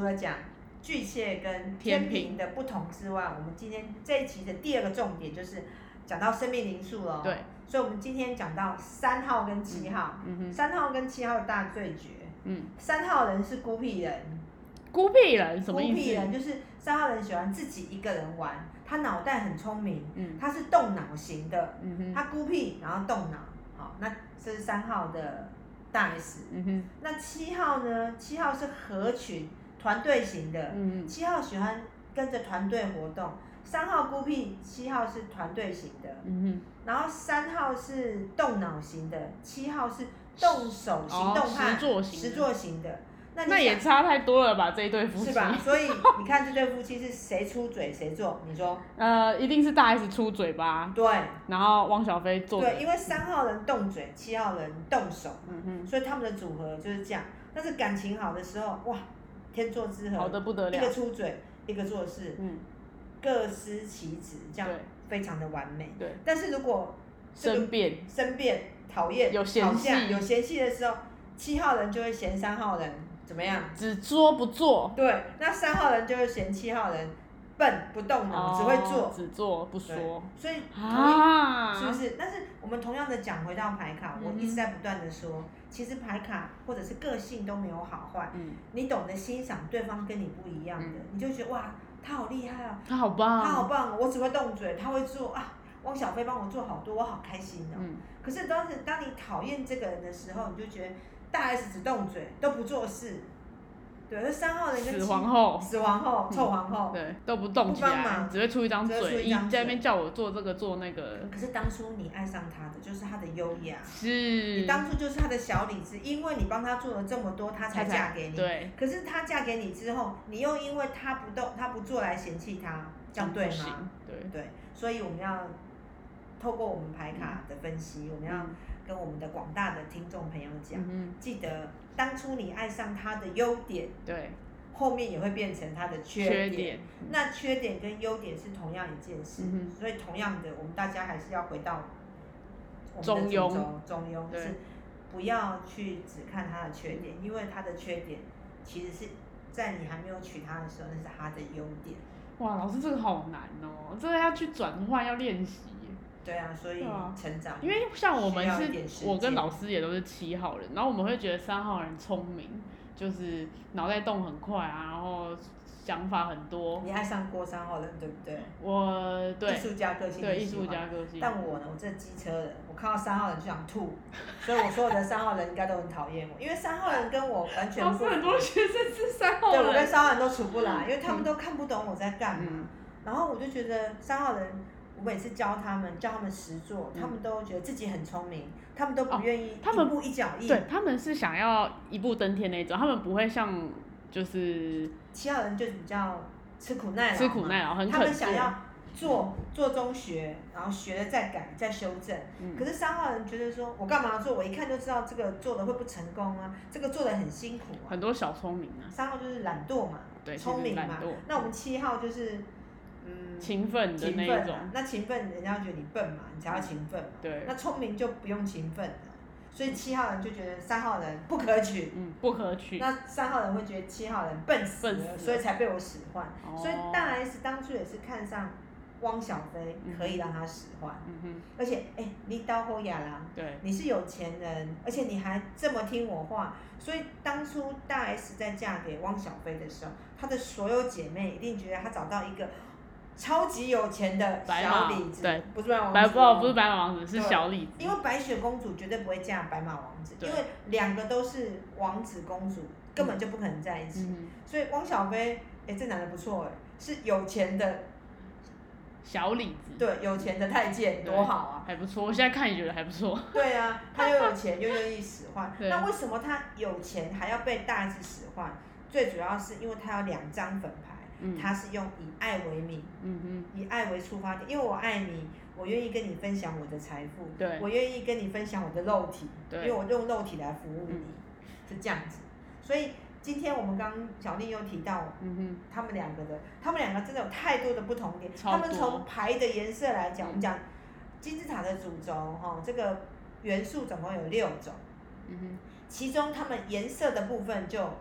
了讲巨蟹跟天秤的不同之外，我们今天这一期的第二个重点就是讲到生命灵数了。 对， 所以我们今天讲到3号跟7号，3号跟7号的大对决。3号人是孤僻人。 孤僻人什么意思？ 孤僻人就是3号人喜欢自己一个人玩，他脑袋很聪明，他是动脑型的，他孤僻然后动脑。好，那这是3号的大 S。那7号呢？7号是合群团队型的，7号喜欢跟着团队活动。3号孤僻，7号是团队型的。然后3号是动脑型的，7号是动手行动派实作型的。 那也差太多了吧，这一对夫妻是吧？所以你看这对夫妻是谁出嘴谁做？你说？ 一定是大 S 出嘴吧？ 对。 然后汪小菲做。 对，因为3号人动嘴，7号人动手，所以他们的组合就是这样。但是感情好的时候，哇，天作之合， 好的不得了， 一个出嘴，一个做事，各司其职，这样非常的完美。 对。 但是如果生变、 讨厌、 有嫌隙的时候，7号人就会嫌3号人。怎么样？ 只说不做。 对，那3号人就会嫌7号人笨不动脑，只会做， 只做不说。 所以是不是？但是我们同样的讲回到牌卡，我一直在不断的说，其实牌卡或者是个性都没有好坏，你懂得欣赏对方跟你不一样的，你就觉得哇，他好厉害啊， 他好棒， 我只会动嘴，他会做啊。汪小菲帮我做好多，我好开心哦。可是当你讨厌这个人的时候，你就觉得大 S 只动嘴都不做事，对，那3号人跟死皇后、 臭皇后， 对，都不动起来，只会出一张嘴，在那边叫我做这个做那个。 可是当初你爱上他的就是他的优雅， 是你当初就是他的小李子，因为你帮他做了这么多，他才嫁给你。 对。 可是他嫁给你之后，你又因为他不动，他不做来嫌弃他，这样对吗？对，所以我们要透过我们牌卡的分析，我们要跟我们的广大的听众朋友讲，记得当初你爱上他的优点， 对， 后面也会变成他的缺点。那缺点跟优点是同样一件事，所以同样的，我们大家还是要回到我们的中庸，就是不要去只看他的缺点，因为他的缺点其实是在你还没有娶他的时候，那是他的优点。 哇，老师这个好难哦，这个要去转换，要练习。 对啊，所以成长。 因为像我们我跟老师也都是7号人，然后我们会觉得3号人聪明，就是脑袋动很快啊，然后想法很多。 你爱上过3号人对不对？ 对。 艺术家个性。 对，艺术家个性。 但我呢，我这机车人，我看到3号人就想吐，所以我所有的3号人应该都很讨厌我，因为3号人跟我完全不。老师很多学生是3号人。 对，我跟3号人都处不来，因为他们都看不懂我在干嘛。然后我就觉得3号人。我每次教他们实作，他们都觉得自己很聪明，他们都不愿意一步一脚印。 对，他们是想要一步登天那种，他们不会像就是 7号人就是比较吃苦耐劳， 很肯做。 他们想要做中学，然后学了再改再修正。可是3号人觉得说，我干嘛做？我一看就知道这个做的会不成功啊，这个做的很辛苦啊。 很多小聪明啊。 3号就是懒惰嘛， 对， 聪明嘛。那我们7号就是。 勤奋的那一种， 那勤奋人家觉得你笨嘛，你才要勤奋嘛。 对。 那聪明就不用勤奋了，所以7号人就觉得3号人不可取。 不可取。 那3号人会觉得7号人笨死了，所以才被我使唤。所以大 S 当初也是看上汪小菲，可以让他使唤。而且，你刀后亚啦， 对， 你是有钱人，而且你还这么听我话，所以当初大 S 在嫁给汪小菲的时候，她的所有姐妹一定觉得她找到一个。超级有钱的小李子， 对， 不是白马王子， 不是白马王子，是小李子。 因为白雪公主绝对不会嫁白马王子，因为2个都是王子公主，根本就不可能在一起。所以汪小菲，这男的不错是有钱的小李子， 对，有钱的太监，多好啊， 还不错。我现在看也觉得还不错。 对啊，他又有钱又愿意使唤，那为什么他有钱还要被大 S 使唤？最主要是因为他有2张粉牌。他是用以爱为名，以爱为出发点，因为我爱你，我愿意跟你分享我的财富，我愿意跟你分享我的肉体，因为我用肉体来服务你，是这样子。所以今天我们刚小丽又提到，他们2个真的有太多的不同点。他们从牌的颜色来讲，我们讲金字塔的主轴，这个元素总共有6种，其中他们颜色的部分就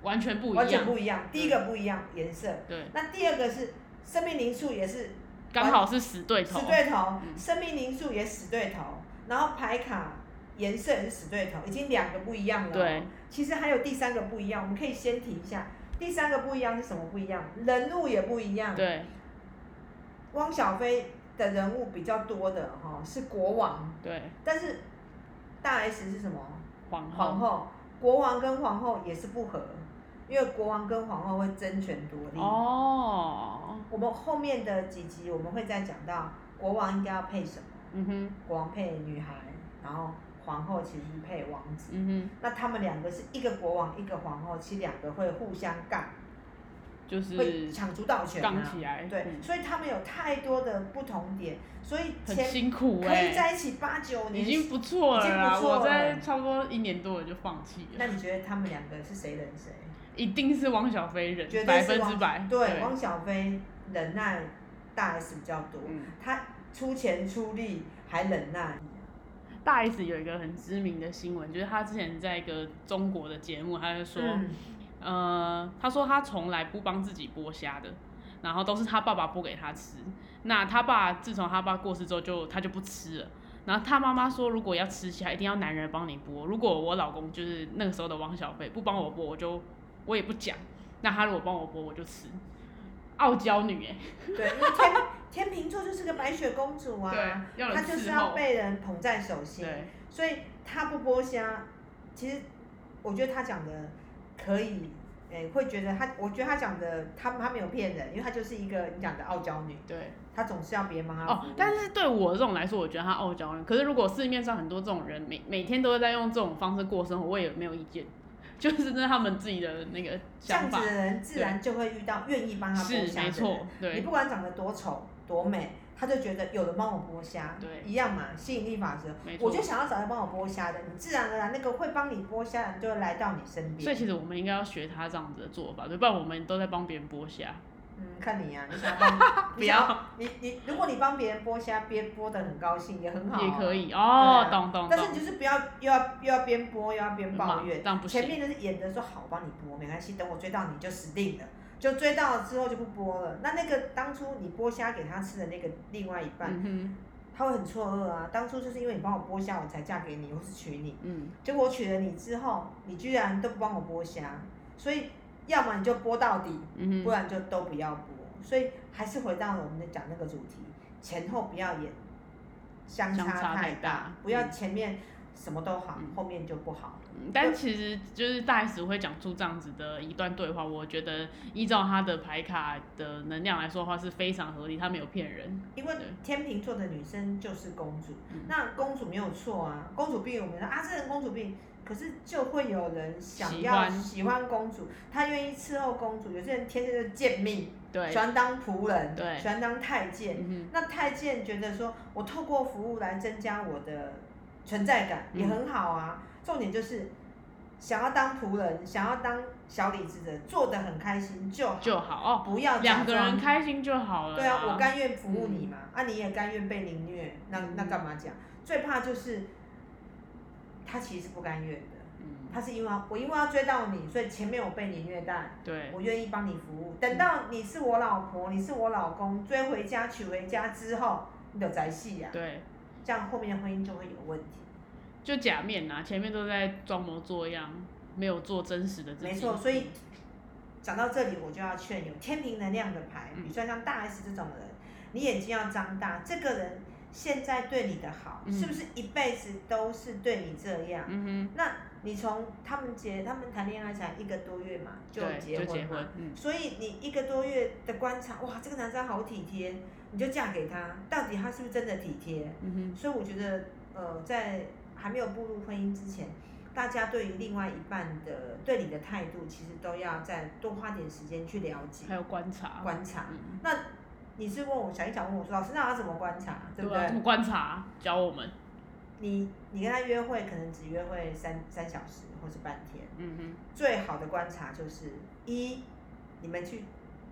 完全不一样。 完全不一样。第一个不一样颜色， 对。 那第二个是生命灵数也是刚好是死对头。 死对头，生命灵数也死对头，然后牌卡颜色也是死对头，已经2个不一样了。 对。 其实还有第3个不一样，我们可以先提一下。第3个不一样是什么不一样？人物也不一样。 对。 汪小菲的人物比较多的是国王。 对。 但是大 S 是什么？ 皇后。国王跟皇后也是不合，因为国王跟皇后会争权夺利。我们后面的几集我们会再讲到国王应该要配什么。国王配女孩，然后皇后其实是配王子。那他们2个是一个国王一个皇后，其实2个会互相杠， 就是会抢主导权杠起来。 对，所以他们有太多的不同点，所以很辛苦可以在一起8、9年， 已经不错了啦。我在差不多1年多我就放弃了。 那你觉得他们2个是谁忍谁？ 一定是汪小菲忍，100%。 对，汪小菲忍耐大 S 比较多，他出钱出力还忍耐。 大 S 有一个很知名的新闻，就是他之前在一个中国的节目，他就说，他说他从来不帮自己剥虾的，然后都是他爸爸剥给他吃。那他爸自从他爸过世之后，他就不吃了。然后他妈妈说，如果要吃虾，一定要男人帮你剥。如果我老公就是那个时候的汪小菲不帮我剥，我也不讲。那他如果帮我剥，我就吃。傲娇女对，因为天秤座就是个白雪公主啊，她就是要被人捧在手心，所以她不剥虾，其实我觉得她讲的可以，会觉得我觉得她讲的她没有骗人，因为她就是一个你讲的傲娇女， 对， 她总是要别人帮她。 但是对我这种来说，我觉得她傲娇女。可是如果市面上很多这种人，每天都在用这种方式过生活，我也没有意见。就是那他们自己的那个想法， 这样子的人自然就会遇到愿意帮他剥虾的人。 没错，对。 你不管长得多丑多美，他就觉得有人帮我剥虾， 对， 一样嘛，吸引力法则。我就想要找人帮我剥虾的，你自然而然那个会帮你剥虾的人就会来到你身边。 所以其实我们应该要学他这样子的做法，对，不然我们都在帮别人剥虾。 看你啊，你想要帮不要你，如果你帮别人剥虾，边剥得很高兴也很好， 也可以懂。 但是你就是不要又要边剥又要边抱怨， 不行。 前面就是演的说好，我帮你剥，没关系，等我追到你就死定了，就追到了之后就不剥了。那个当初你剥虾给他吃的那个另外一半，他会很错愕啊。当初就是因为你帮我剥虾，我才嫁给你，或是娶你，结果我娶了你之后，你居然都不帮我剥虾，所以。要么你就剥到底，不然就都不要剥。所以还是回到了我们讲那个主题，前后不要演相差太大，不要前面什么都好，后面就不好。 但其实就是大 S 会讲出这样子的一段对话，我觉得依照他的牌卡的能量来说的话是非常合理，他没有骗人。 因为天秤座的女生就是公主，那公主没有错啊，公主病我们说啊，这人公主病。可是就会有人想要喜欢公主，他愿意伺候公主。有些人天生就贱命，喜欢当仆人，喜欢当太监。那太监觉得说，我透过服务来增加我的存在感，也很好啊。重点就是想要当仆人，想要当小李子的，做得很开心就好，不要假装。 2个人开心就好了。 对啊，我甘愿服务你嘛，你也甘愿被凌虐，那干嘛讲？最怕就是。他其实是不甘愿的，他是因为要追到你，所以前面我被你虐待，我愿意帮你服务。等到你是我老婆，你是我老公，追回家娶回家之后，你就宅戏呀，这样后面的婚姻就会有问题。 就假面啊，前面都在装模作样，没有做真实的自己。 没错，所以讲到这里，我就要劝有天平能量的牌，比如说像大 S 这种人，你眼睛要张大，这个人。现在对你的好，是不是一辈子都是对你这样？那你从他们谈恋爱才1个多月嘛，就结婚嘛，所以你1个多月的观察，哇，这个男生好体贴，你就嫁给他，到底他是不是真的体贴？所以我觉得，在还没有步入婚姻之前，大家对于另外一半的对你的态度，其实都要再多花点时间去了解， 还有观察。 那。你是问我想问我说，老师那要怎么观察，对不对？ 怎么观察？教我们。 你跟他约会，可能只约会3小时或是半天。最好的观察就是你们去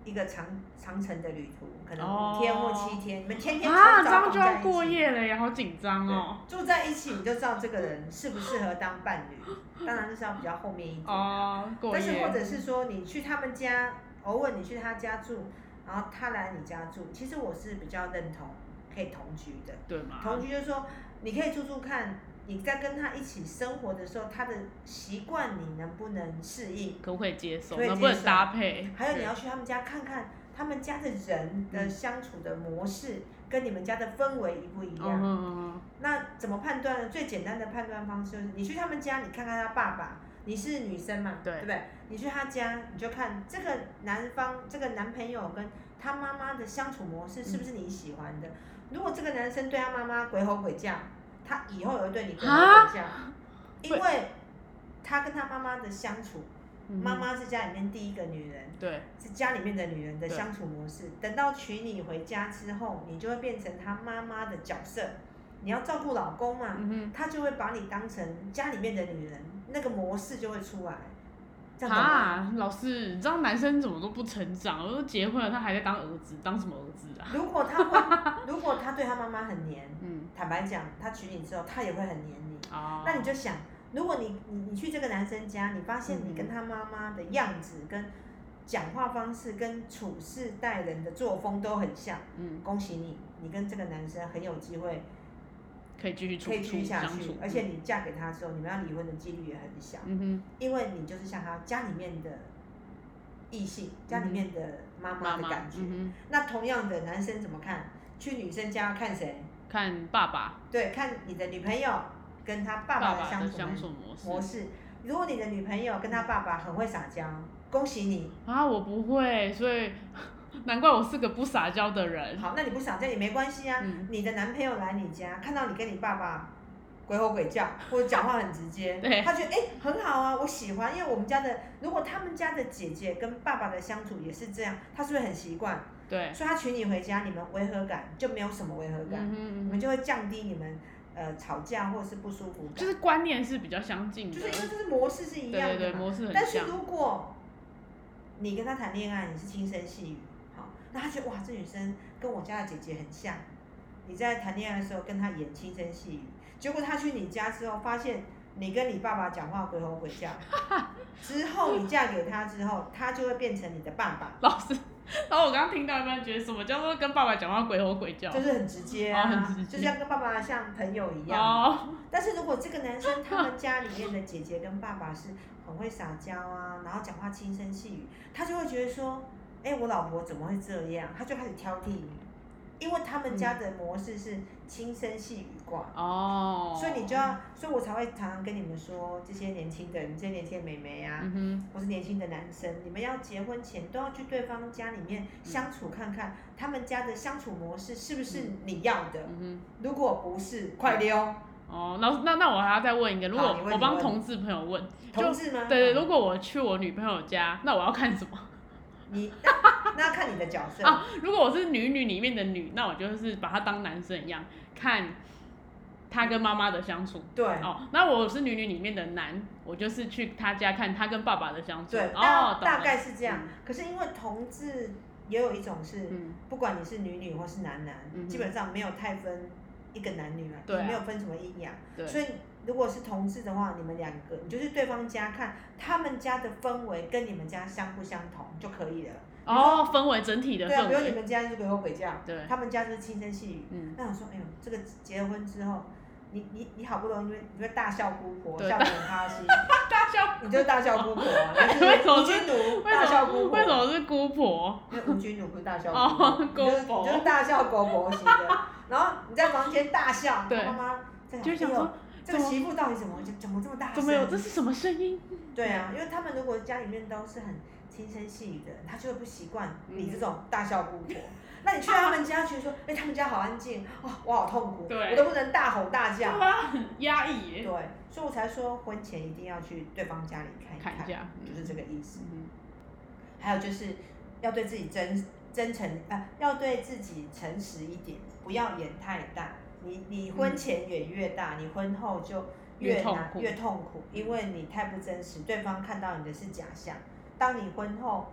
一个长程的旅途，可能5天或7天，你们天天这样就要过夜了耶，好紧张哦。 住在一起你就知道这个人适不适合当伴侣，当然这是要比较后面一点但是或者是说你去他们家，偶尔你去他家住，然后他来你家住，其实我是比较认同可以同居的。 对吗？ 同居就是说你可以住住看。你在跟他一起生活的时候，他的习惯你能不能适应？ 可不可以接受？能不能搭配？ 还有你要去他们家看看他们家的人的相处的模式，跟你们家的氛围一不一样？那怎么判断呢？最简单的判断方式就是，你去他们家，你看看他爸爸，你是女生嘛，对不对？你去他家，你就看这个男朋友跟他妈妈的相处模式是不是你喜欢的？如果这个男生对他妈妈鬼吼鬼叫，他以后也会对你鬼吼鬼叫，因为他跟他妈妈的相处，妈妈是家里面第一个女人， 对， 是家里面的女人的相处模式。等到娶你回家之后，你就会变成他妈妈的角色，你要照顾老公嘛，他就会把你当成家里面的女人，那个模式就会出来。 老师，你知道男生怎么都不成长？我都结婚了，他还在当儿子，当什么儿子啊？ 如果他对他妈妈很黏，坦白讲，他娶你之后，他也会很黏你。那你就想，如果你去这个男生家，你发现你跟他妈妈的样子、跟讲话方式、跟处事待人的作风都很像，恭喜你，你跟这个男生很有机会。可以继续下去，而且你嫁给他之后，你们要离婚的几率也很小，因为你就是像他家里面的异性，家里面的妈妈的感觉。那同样的，男生怎么看？去女生家看谁？ 看爸爸。对， 看你的女朋友跟他爸爸的相处模式。如果你的女朋友跟他爸爸很会撒娇，恭喜你。 我不会，所以。难怪我是个不撒娇的人。 好，那你不撒娇也没关系啊。你的男朋友来你家，看到你跟你爸爸鬼吼鬼叫，或者讲话很直接，他觉得很好啊，我喜欢。因为我们家的，如果他们家的姐姐跟爸爸的相处也是这样，他是不是很习惯？ 对。 所以他娶你回家，你们违和感就没有什么违和感，你们就会降低你们吵架或者是不舒服感。 就是观念是比较相近的。 就是因为这是模式是一样的嘛。 对，模式很像。 但是如果你跟他谈恋爱，你是轻声细语。那他觉得哇，这女生跟我家的姐姐很像。你在谈恋爱的时候跟她演轻声细语，结果他去你家之后，发现你跟你爸爸讲话鬼吼鬼叫，之后你嫁给他之后，他就会变成你的爸爸。 老师，然后我刚刚听到一半，觉得什么叫做跟爸爸讲话鬼吼鬼叫？ 就是很直接啊，就像跟爸爸像朋友一样。但是如果这个男生他们家里面的姐姐跟爸爸是很会撒娇啊，然后讲话轻声细语，他就会觉得说。我老婆怎么会这样？他就开始挑剔你，因为他们家的模式是轻声细语挂。所以你就要，所以我才会常常跟你们说，这些年轻的，你们这些年轻的妹妹啊，或是年轻的男生，你们要结婚前都要去对方家里面相处看看，他们家的相处模式是不是你要的？如果不是，快溜。 那我还要再问一个，如果我帮同志朋友问， 同志吗？ 对，如果我去我女朋友家，那我要看什么？ 那要看你的角色如果我是女里面的女，那我就是把她当男生一样，看她跟妈妈的相处。 对。 那我是女里面的男，我就是去她家看她跟爸爸的相处。 对。大概是这样。可是因为同志也有一种是，不管你是女或是男，基本上没有太分一个男女也没有分什么阴阳。所以如果是同志的话，你们两个，你就去对方家看他们家的氛围跟你们家相不相同就可以了。 氛围整体的氛围。 对，比如你们家是鬼吼鬼叫，他们家是轻声细语。那我说，这个结了婚之后，你好不容易你会大笑姑婆，笑得很开心。 大笑， 你就是大笑姑婆啊！吴君如大笑姑婆。 为什么是姑婆？ 因为吴君如不是大笑姑婆，你就是大笑姑婆型的。然后你在房间大笑，妈妈就想说。 这个媳妇到底怎么这么大声？ 怎么有？这是什么声音？ 对啊，因为他们如果家里面都是很轻声细语的，他就会不习惯你这种大笑姑婆。那你去他们家，觉得说，他们家好安静，我好痛苦，我都不能大吼大叫， 很压抑耶。 对，所以我才说婚前一定要去对方家里看一下，就是这个意思。还有就是要对自己真诚，要对自己诚实一点，不要演太大。你婚前演越大，你婚后就越痛苦，因为你太不真实，对方看到你的是假象。当你婚后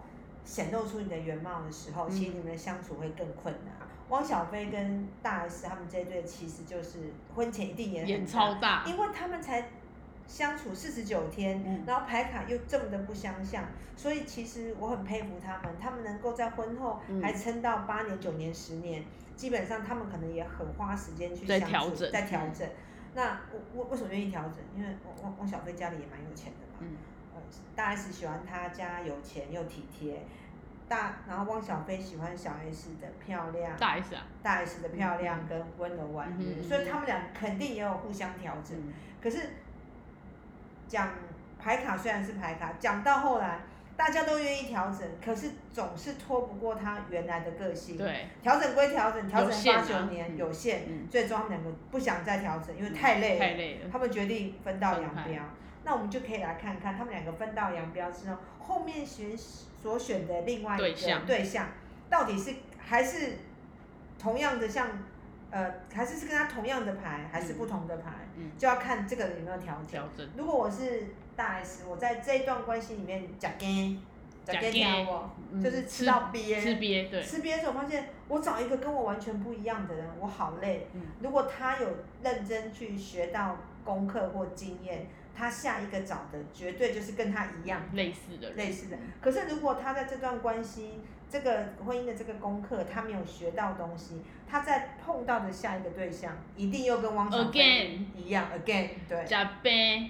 显露出你的原貌的时候，其实你们的相处会更困难。汪小菲跟大 S 他们这一对其实就是婚前一定演超大， 因为他们才相处49天，然后牌卡又这么的不相像，所以其实我很佩服他们能够在婚后还撑到8年、9年、10年，基本上他们可能也很花时间去相处，在调整。那我为什么愿意调整？因为汪小菲家里也蛮有钱的嘛，大 S 喜欢他家有钱又体贴。然后汪小菲喜欢小 S 的漂亮，大 S 的漂亮跟温柔婉约，所以他们俩肯定也有互相调整。可是讲牌卡虽然是牌卡，讲到后来大家都愿意调整，可是总是拖不过他原来的个性。 对， 调整归调整，调整8、9年有限，最终他们两个不想再调整，因为太累了。他们决定分道扬镳。那我们就可以来看看他们两个分道扬镳之后，后面所选的另外一个对象，到底是还是同样的还是跟他同样的牌，还是不同的牌，就要看这个有没有调整。如果我是大 S， 我在这一段关系里面吃瘪就是吃到憋，吃瘪的时候，我发现我找一个跟我完全不一样的人，我好累。如果他有认真去学到功课或经验，他下一个找的绝对就是跟他一样类似的。 可是如果他在这段关系、这个婚姻的这个功课，他没有学到东西，他在碰到的下一个对象，一定又跟汪小菲一样 again 对。 吃杯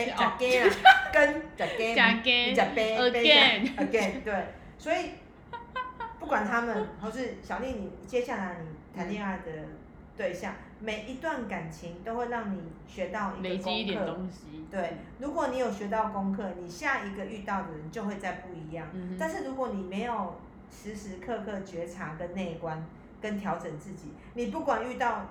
again 对，所以不管他们，或是小丽，你接下来你谈恋爱的对象，每一段感情都会让你学到一个功课，累积一点东西。对，如果你有学到功课，你下一个遇到的人就会再不一样。但是如果你没有时时刻刻觉察跟内观跟调整自己，你不管遇到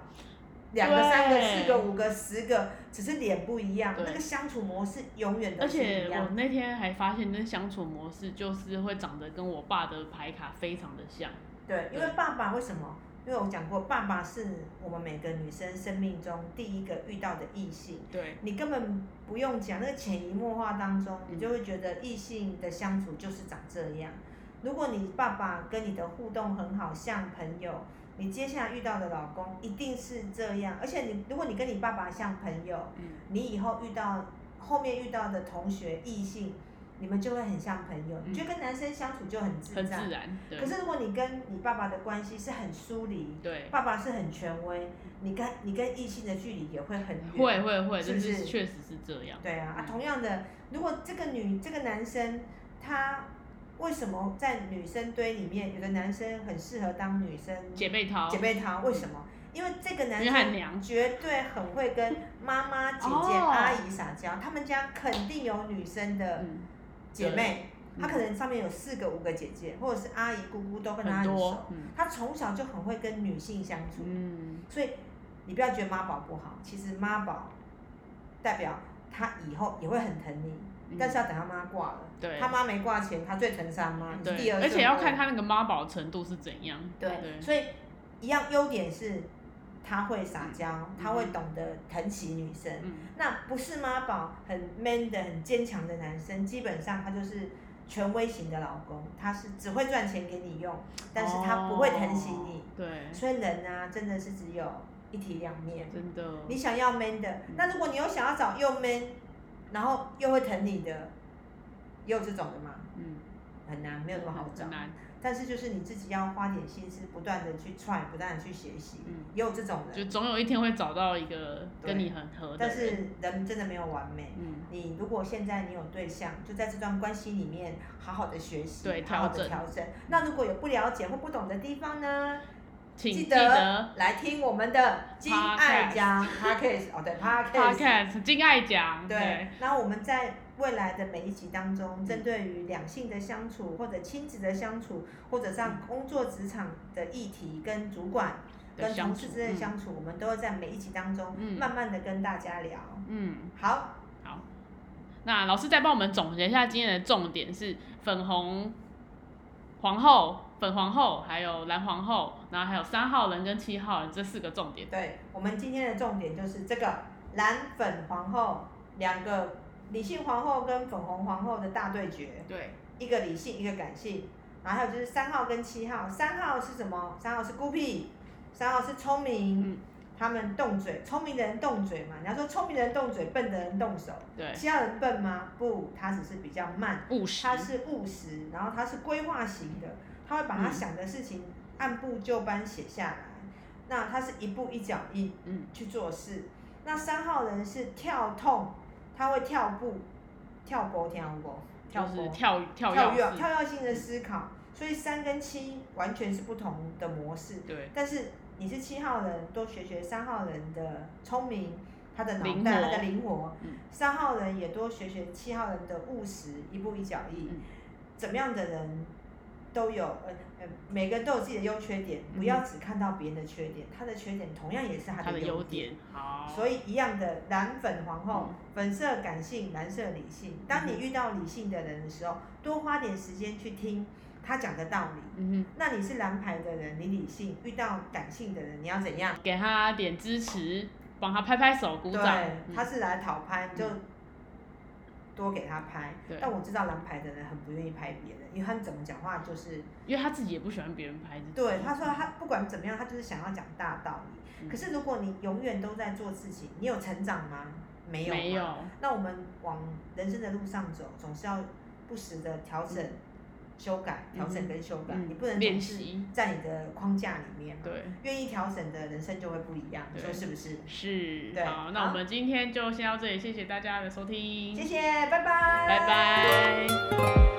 2个、3个、4个、5个、10个，只是脸不一样，那个相处模式永远都是一样。 而且我那天还发现，那相处模式就是会长得跟我爸的牌卡非常的像。 对，因为爸爸为什么？因为我讲过，爸爸是我们每个女生生命中第一个遇到的异性。 对， 你根本不用讲，那个潜移默化当中，你就会觉得异性的相处就是长这样。如果你爸爸跟你的互动很好，像朋友，你接下来遇到的老公一定是这样。而且如果你跟你爸爸像朋友，你以后后面遇到的同学异性，你们就会很像朋友，你觉得跟男生相处就很自在。 很自然。 可是如果你跟你爸爸的关系是很疏离， 对， 爸爸是很权威，你跟异性的距离也会很远。 会，是不是？确实是这样。 对啊，同样的，如果这个男生他为什么在女生堆里面，有的男生很适合当女生姐妹淘？ 为什么？因为这个男生绝对很会跟妈妈、姐姐、阿姨撒娇，他们家肯定有女生的姐妹，他可能上面有4个、5个姐姐，或者是阿姨、姑姑都跟他很熟，他从小就很会跟女性相处，所以你不要觉得妈宝不好，其实妈宝代表他以后也会很疼你。但是要等他妈挂了，他妈没挂前，他最疼他妈，你是第二顺位。 而且要看他那个妈宝程度是怎样。 对，所以一样优点是他会撒娇，他会懂得疼惜女生。那不是妈宝，很 man 的、很坚强的男生，基本上他就是权威型的老公，他是只会赚钱给你用，但是他不会疼惜你。 对， 所以人啊，真的是只有一体两面。 真的。 你想要 man 的，那如果你又想要找又 man，然后又会疼你的，也有这种的嘛？很难，没有那么好找。很难。但是就是你自己要花点心思，不断的去 try， 不断的去学习。也有这种人。 就总有一天会找到一个跟你很合的人。 但是人真的没有完美。你如果现在你有对象，就在这段关系里面好好的学习，好好的调整。那如果有不了解或不懂的地方呢？记得来听我们的金爱讲 Podcast 对 Podcast 金爱讲对。然后我们在未来的每一集当中，针对于两性的相处，或者亲子的相处，或者像工作职场的议题，跟主管、跟同事之间的相处，我们都会在每一集当中慢慢的跟大家聊。好。 那老师再帮我们总结一下今天的重点是粉皇后，还有蓝皇后，然后还有3号人跟7号人这4个重点。 对，我们今天的重点就是这个蓝粉皇后2个理性皇后跟粉红皇后的大对决。对，一个理性，一个感性。 然后还有就是3号跟7号，3号是什么？3号是孤僻，3号是聪明。他们动嘴，聪明的人动嘴嘛。你要说聪明的人动嘴，笨的人动手。 对。 7号人笨吗？不，他只是比较慢， 务实。 他是务实，然后他是规划型的，他会把他想的事情按部就班写下来。那他是一步一脚印去做事。那3号人是跳痛，他会跳步，跳就是跳跃性的思考。所以3跟7完全是不同的模式。 对。 但是你是7号人，多学3号人的聪明，他的脑袋，他的灵活。3号人也多学7号人的务实，一步一脚印。怎么样的人都有，每个人都有自己的优缺点，不要只看到别人的缺点，他的缺点同样也是他的优点。 好。 所以一样的，蓝粉皇后，粉色感性，蓝色理性。当你遇到理性的人的时候，多花点时间去听他讲的道理。那你是蓝牌的人，你理性，遇到感性的人，你要怎样？ 给他点支持，帮他拍拍手，鼓掌。 对，他是来讨拍，就多给他拍。但我知道蓝牌的人很不愿意拍别人，因为他怎么讲话就是， 因为他自己也不喜欢别人拍自己。 对，他说他不管怎么样，他就是想要讲大道理。可是如果你永远都在做事情，你有成长吗？没有。没有。那我们往人生的路上走，总是要不时的调整。修改、调整跟修改，你不能总是在你的框架里面嘛。对，愿意调整的人生就会不一样，你说是不是？ 是。对。好，那我们今天就先到这里，谢谢大家的收听。 谢谢，拜拜。 拜拜。